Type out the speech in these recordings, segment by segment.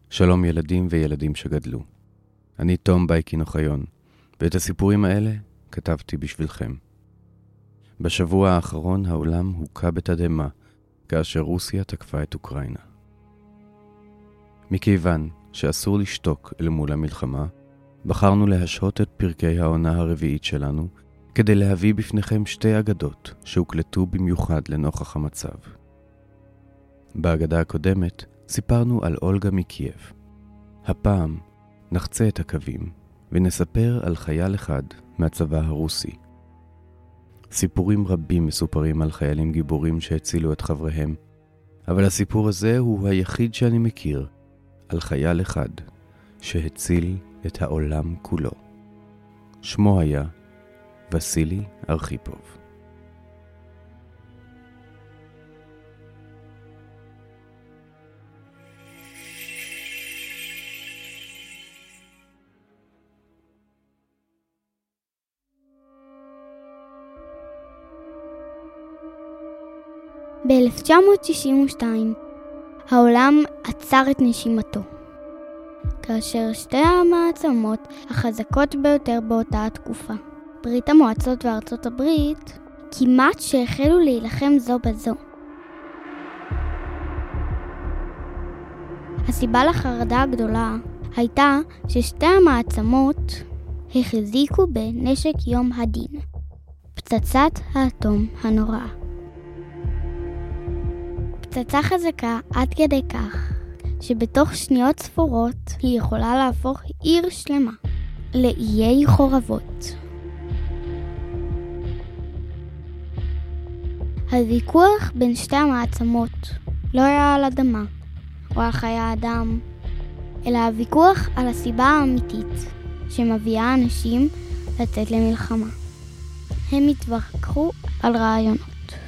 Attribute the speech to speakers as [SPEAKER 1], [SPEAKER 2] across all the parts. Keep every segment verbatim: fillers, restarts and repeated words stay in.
[SPEAKER 1] שלום ילדים וילדים שגדלו. אני תום בייקין אוחיון, ואת הסיפורים האלה כתבתי בשבילכם. בשבוע האחרון העולם הוקע בתדהמה, כאשר רוסיה תקפה את אוקראינה. מכיוון שאסור לשתוק אל מול המלחמה, בחרנו להשהות את פרקי העונה הרביעית שלנו, כדי להביא בפניכם שתי אגדות שהוקלטו במיוחד לנוכח המצב. באגדה הקודמת סיפרנו על אולגה מקייב. הפעם נחצה את הקווים ונספר על חייל אחד מהצבא הרוסי. סיפורים רבים מסופרים על חיילים גיבורים שהצילו את חבריהם, אבל הסיפור הזה הוא היחיד שאני מכיר על חייל אחד שהציל את העולם כולו. שמו היה וסילי ארכיפוב.
[SPEAKER 2] ב-אלף תשע מאות שישים ושתיים העולם עצר את נשימתו, כאשר שתי המעצמות החזקות ביותר באותה התקופה, ברית המועצות וארצות הברית, כמעט שהחלו להילחם זו בזו. הסיבה לחרדה הגדולה הייתה ששתי המעצמות החזיקו בנשק יום הדין, פצצת האטום הנוראה. פצצה חזקה עד כדי כך שבתוך שניות ספורות היא יכולה להפוך עיר שלמה לאיי חורבות. הוויכוח בין שתי המעצמות לא היה על אדמה או על חיי אדם, אלא הוויכוח על הסיבה האמיתית שמביאה אנשים לצאת למלחמה. הם התווכחו על רעיונות.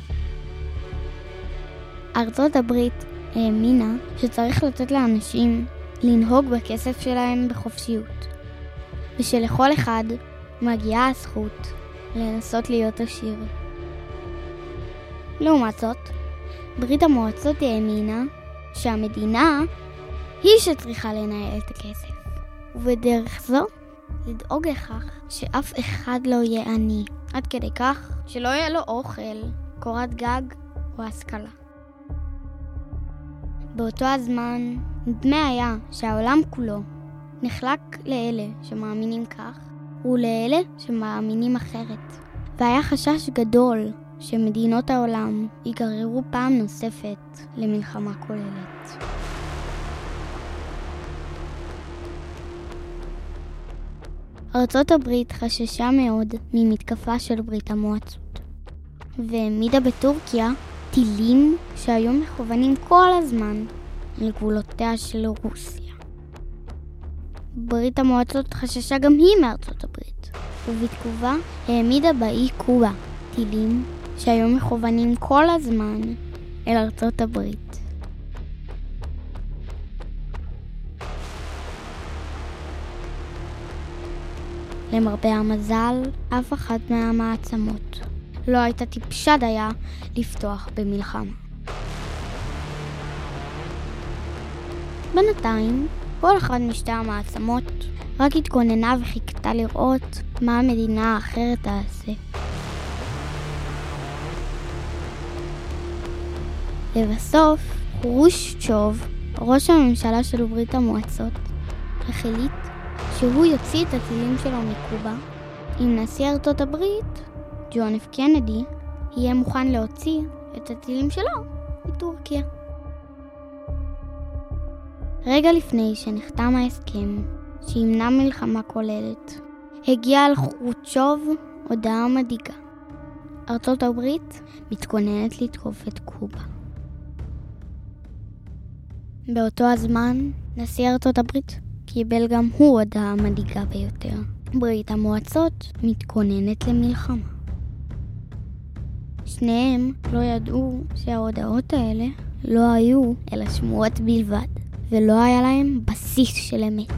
[SPEAKER 2] ארצות הברית האמינה שצריך לתת לאנשים לנהוג בכסף שלהם בחופשיות, ושלכל אחד מגיעה הזכות לנסות להיות עשיר. לעומת זאת, ברית המועצות האמינה שהמדינה היא שצריכה לנהל את הכסף, ובדרך זו לדאוג לכך שאף אחד לא יהיה עני, עד כדי כך שלא יהיה לו אוכל, קורת גג או השכלה. באותו הזמן נדמה היה שהעולם כולו נחלק לאלה שמאמינים כך ולאלה שמאמינים אחרת, והיה חשש גדול שמדינות העולם ייגררו פעם נוספת למלחמה כוללת. ארצות הברית חששה מאוד ממתקפה של ברית המועצות, והעמידה בטורקיה טילים שהיו מכוונים כל הזמן לגבולותיה של רוסיה. ברית המועצות חששה גם היא מארצות הברית, ובתגובה העמידה באי קובה טילים שהיו מכוונים כל הזמן אל ארצות הברית. למרבה המזל, אף אחת מהמעצמות לא הייתה טיפשה דייה לפתוח במלחמה. בינתיים, כל אחד משתי המעצמות רק התכוננה וחיכתה לראות מה המדינה האחרת תעשה. לבסוף, חרושצ'וב, ראש הממשלה של ברית המועצות, החליט שהוא יוציא את הטילים שלו מקובה, אם נשיא ארצות הברית, ג'ון אף קנדי, יהיה מוכן להוציא את הטילים שלו מטורקיה. רגע לפני שנחתם ההסכם שימנע מלחמה כוללת, הגיעה על חרושצ'וב הודעה מדאיגה. ארצות הברית מתכוננת לתקוף את קובה. באותו הזמן, נשיא ארצות הברית קיבל גם הוא הודעה מדאיגה ביותר. ברית המועצות מתכוננת למלחמה. שניהם לא ידעו שההודעות האלה לא היו אלא שמועות בלבד, ולא היה להם בסיס של אמת.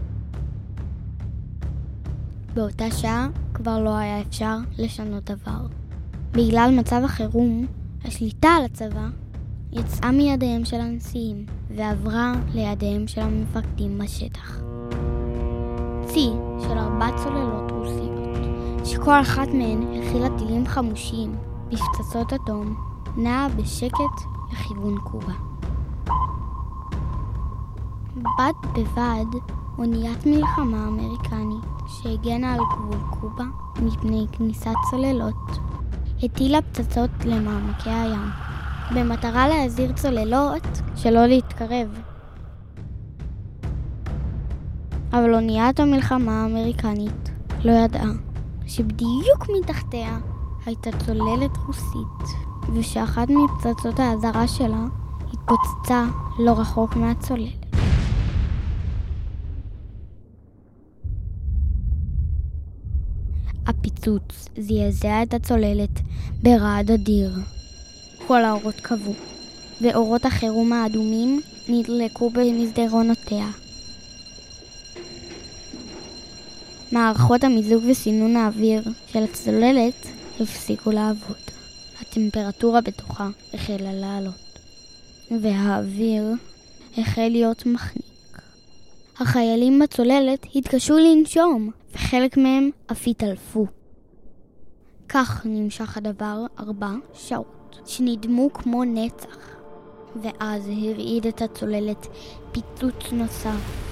[SPEAKER 2] באותה שעה כבר לא היה אפשר לשנות דבר. בגלל מצב החירום, השליטה על הצבא יצאה מידיהם של הנשיאים ועברה לידיהם של המפקדים בשטח. צי של ארבע צוללות רוסיות, שכל אחת מהן הכילה טילים חמושים בפצצות אטום, נעה בשקט לכיוון קובה. בד בבד אוניית מלחמה אמריקנית שהגנה על גבול קובה מפני כניסת צוללות הטילה פצצות למעמקי הים במטרה להזהיר צוללות שלא להתקרב. אבל אוניית המלחמה האמריקנית לא ידעה שבדיוק מתחתיה הייתה צוללת רוסית, ושאחת מפצצות האזהרה שלה התפוצצה לא רחוק מהצוללת. הפיצוץ זעזע את הצוללת ברעד אדיר. כל האורות כבו, ואורות החירום האדומים נדלקו במסדרונותיה. מערכות המיזוג וסינון האוויר של הצוללת הפסיקו לעבוד. הטמפרטורה בתוכה החלה לעלות, והאוויר החל להיות מחניק. החיילים בצוללת התקשו לנשום, וחלק מהם אף התעלפו. כך נמשך הדבר ארבע שעות, שנדמו כמו נצח, ואז הרעיד את הצוללת פיצוץ נוסף.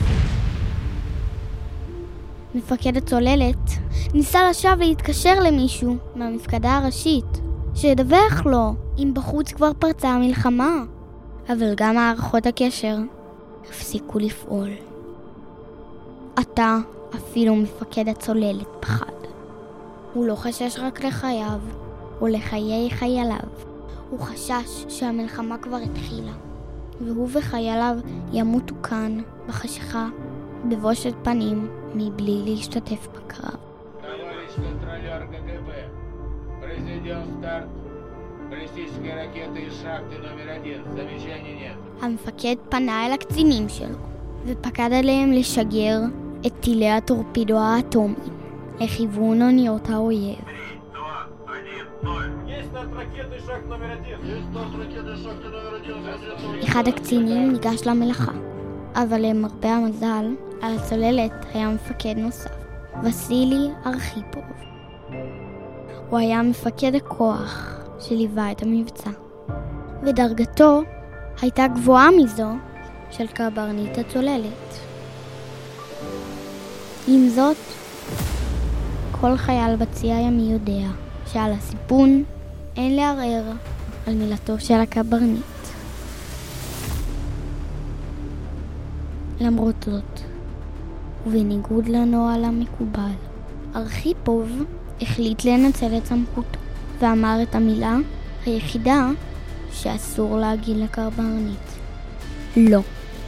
[SPEAKER 2] מפקד הצוללת ניסה לשוב להתקשר למישהו מהמפקדה הראשית, שידווח לו אם בחוץ כבר פרצה המלחמה, אבל גם מערכות הקשר הפסיקו לפעול. עתה אפילו מפקד הצוללת פחד. הוא לא חשש רק לחייו או לחיי חייליו, הוא חשש שהמלחמה כבר התחילה, והוא וחייליו ימותו כאן בחשיכה בבושת פנים מבלי להשתתף בקרב.
[SPEAKER 3] Товарищ контролер ГГБ, произведен старт баллистической ракеты из шахты номер один. Замечаний нет.
[SPEAKER 2] המפקד פנה אל הקצינים שלו ופקד עליהם לשגר את טילי הטורפידו האטומיים לכיוון אוניות האויב. אחד הקצינים ניגש למלאכה, אבל למרבה המזל, על הצוללת היה מפקד נוסף, וסילי ארכיפוב. הוא היה מפקד הכוח שליווה את המבצע, ודרגתו הייתה גבוהה מזו של קברניט הצוללת. עם זאת, כל חייל בצי הימי יודע שעל הסיפון אין לערער על מילתו של הקברניט. למרות זאת, ובניגוד לנוהל המקובל, ארכיפוב החליט לנצל את סמכותו ואמר את המילה היחידה שאסור להגיד לקברניט: לא.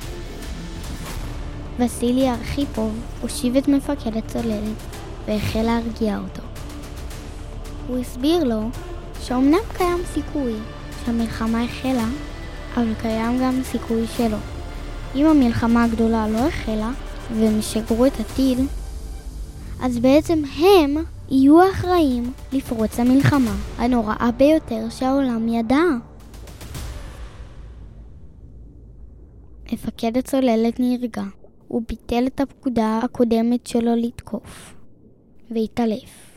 [SPEAKER 2] וסילי ארכיפוב הושיב את מפקד הצוללת והחל להרגיע אותו. הוא הסביר לו שאומנם קיים סיכוי שהמלחמה החלה, אבל קיים גם סיכוי שלא. אם המלחמה הגדולה לא החלה והם ישגרו את הטיל, אז בעצם הם יהיו אחראים לפרוץ המלחמה הנוראה ביותר שהעולם ידע. מפקד הצוללת נרגע. הוא ביטל את הפקודה הקודמת שלו לתקוף והתעלף.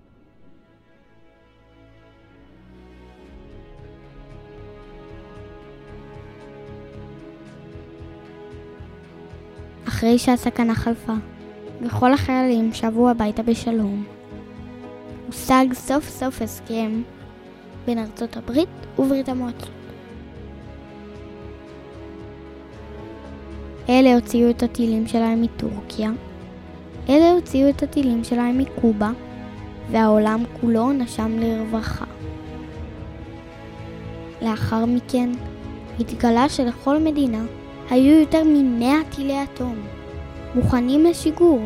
[SPEAKER 2] אחרי שהסכנה חלפה וכל החיילים שבו הביתה בשלום, הושג סוף סוף הסכם בין ארצות הברית וברית המועצות. אלה הוציאו את הטילים שלהם מטורקיה, אלה הוציאו את הטילים שלהם מקובה, והעולם כולו נשם לרווחה. לאחר מכן התגלה שלכל מדינה היו יותר ממאה טילי אטום, מוכנים לשיגור.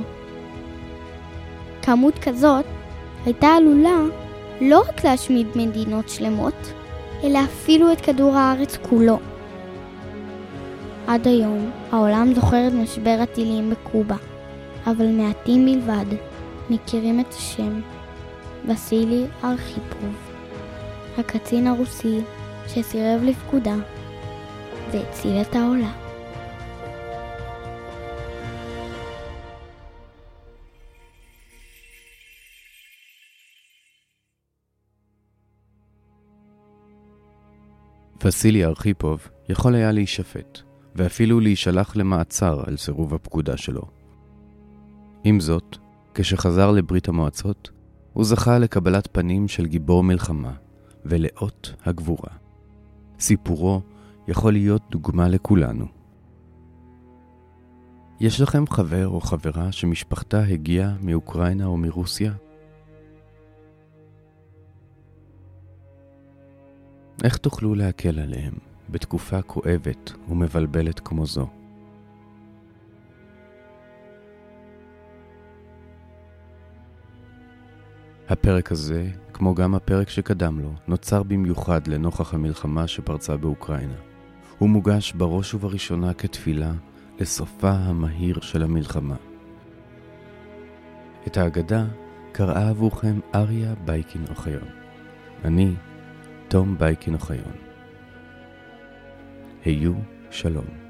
[SPEAKER 2] כמות כזאת הייתה עלולה לא רק להשמיד מדינות שלמות, אלא אפילו את כדור הארץ כולו. עד היום העולם זוכר את משבר הטילים בקובה, אבל מעטים בלבד מכירים את השם וסילי ארכיפוב, הקצין הרוסי שסירב לפקודה והציל את העולם.
[SPEAKER 1] וסילי ארכיפוב יכול היה להישפט, ואפילו להישלח למעצר על סירוב הפקודה שלו. עם זאת, כשחזר לברית המועצות, הוא זכה לקבלת פנים של גיבור מלחמה ולאות הגבורה. סיפורו יכול להיות דוגמה לכולנו. יש לכם חבר או חברה שמשפחתה הגיעה מאוקראינה או מרוסיה? איך תוכלו להקל עליהם בתקופה כואבת ומבלבלת כמו זו? הפרק הזה, כמו גם הפרק שקדם לו, נוצר במיוחד לנוכח המלחמה שפרצה באוקראינה. הוא מוגש בראש ובראשונה כתפילה לסופה המהיר של המלחמה. את ההגדה קראה עבורכם אריה בייקין אוחיון. אני, תום בייקין אוחיון. היו שלום.